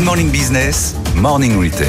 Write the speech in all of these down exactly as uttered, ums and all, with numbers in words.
Morning Business, Morning Retail.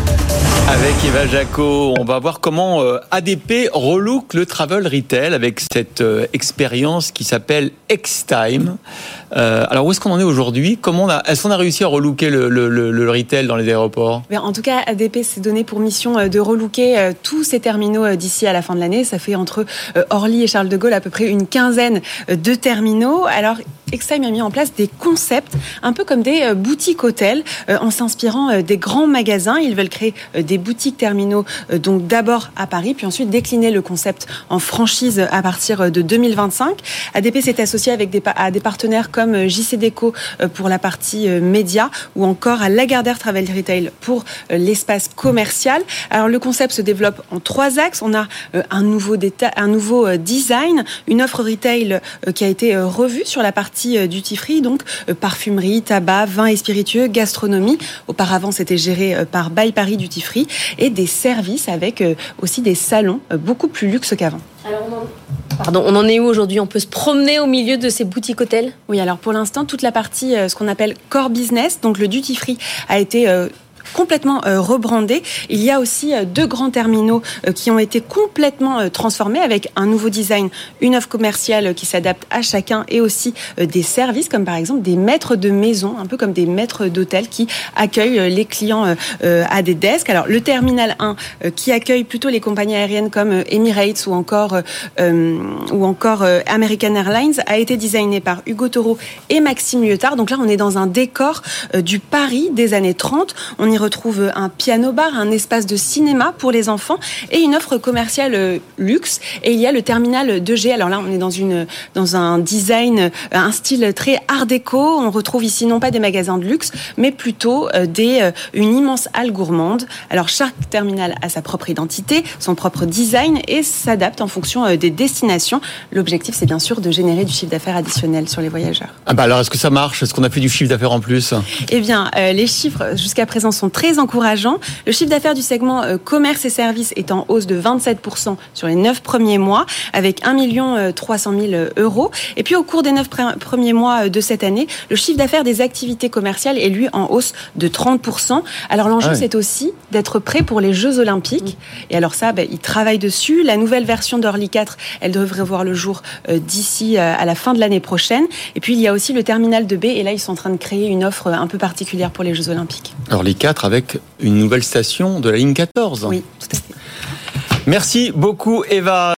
Avec Eva Jaco, on va voir comment euh, A D P relook le travel retail avec cette euh, expérience qui s'appelle X-Time. Euh, alors où est-ce qu'on en est aujourd'hui ? Comment on a, est-ce qu'on a réussi à relooker le, le, le, le retail dans les aéroports ? En tout cas, A D P s'est donné pour mission de relooker tous ses terminaux d'ici à la fin de l'année. Ça fait entre Orly et Charles de Gaulle à peu près une quinzaine de terminaux. Alors, X-Time a mis en place des concepts un peu comme des boutiques hôtels en s'inspirant des grands magasins. Ils veulent créer des boutiques terminaux, donc d'abord à Paris, puis ensuite décliner le concept en franchise à partir de deux mille vingt-cinq. A D P s'est associé avec des, à des partenaires comme J C Déco pour la partie média ou encore à Lagardère Travel Retail pour l'espace commercial. Alors le concept se développe en trois axes. On a un nouveau, déta- un nouveau design, une offre retail qui a été revue sur la partie duty free, donc parfumerie, tabac, vin et spiritueux, gastronomie. Auparavant, c'était géré par By Paris Duty Free et des services avec aussi des salons beaucoup plus luxe qu'avant. Alors on en... Pardon, on en est où aujourd'hui ? On peut se promener au milieu de ces boutiques hôtels ? Oui, alors pour l'instant, toute la partie, ce qu'on appelle core business, donc le duty free, a été euh, complètement euh, rebrandé. Il y a aussi euh, deux grands terminaux euh, qui ont été complètement euh, transformés avec un nouveau design, une offre commerciale euh, qui s'adapte à chacun et aussi euh, des services comme par exemple des maîtres de maison, un peu comme des maîtres d'hôtel qui accueillent euh, les clients euh, euh, à des desks. Alors le terminal un euh, qui accueille plutôt les compagnies aériennes comme euh, Emirates ou encore, euh, ou encore euh, American Airlines a été designé par Hugo Taureau et Maxime Lyotard. Donc là on est dans un décor euh, du Paris des années trente. On y retrouve un piano-bar, un espace de cinéma pour les enfants et une offre commerciale luxe. Et il y a le terminal deux G. Alors là, on est dans, une, dans un design, un style très art déco. On retrouve ici non pas des magasins de luxe, mais plutôt des, une immense halle gourmande. Alors chaque terminal a sa propre identité, son propre design et s'adapte en fonction des destinations. L'objectif, c'est bien sûr de générer du chiffre d'affaires additionnel sur les voyageurs. Ah bah alors, est-ce que ça marche ? Est-ce qu'on a fait du chiffre d'affaires en plus ? Eh bien, euh, les chiffres jusqu'à présent sont très encourageants. Le chiffre d'affaires du segment euh, commerce et services est en hausse de vingt-sept pour cent sur les neuf premiers mois, avec un million trois cent mille euros. Et puis, au cours des neuf pre- premiers mois de cette année, le chiffre d'affaires des activités commerciales est, lui, en hausse de trente pour cent. Alors, l'enjeu, ah ouais. c'est aussi d'être prêt pour les Jeux Olympiques. Et alors ça, bah, ils travaillent dessus. La nouvelle version d'Orly quatre, elle devrait voir le jour euh, d'ici euh, à la fin de l'année prochaine. Et puis, il y a aussi le terminal de B. Et là, ils sont en train de créer une offre un peu particulière pour les Jeux Olympiques. Orly quatre avec une nouvelle station de la ligne quatorze. Oui, tout à fait. Merci beaucoup Eva.